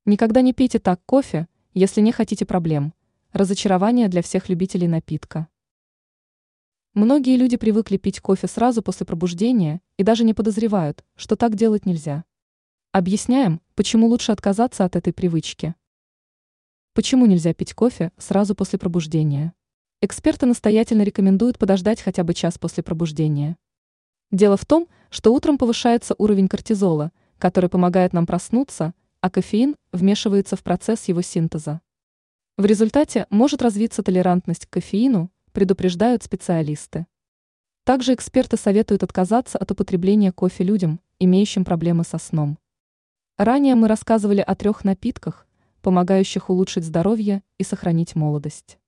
Никогда не пейте так кофе, если не хотите проблем. Разочарование для всех любителей напитка. Многие люди привыкли пить кофе сразу после пробуждения и даже не подозревают, что так делать нельзя. Объясняем, почему лучше отказаться от этой привычки. Почему нельзя пить кофе сразу после пробуждения? Эксперты настоятельно рекомендуют подождать хотя бы час после пробуждения. Дело в том, что утром повышается уровень кортизола, который помогает нам проснуться, а кофеин вмешивается в процесс его синтеза. В результате может развиться толерантность к кофеину, предупреждают специалисты. Также эксперты советуют отказаться от употребления кофе людям, имеющим проблемы со сном. Ранее мы рассказывали о 3 напитках, помогающих улучшить здоровье и сохранить молодость.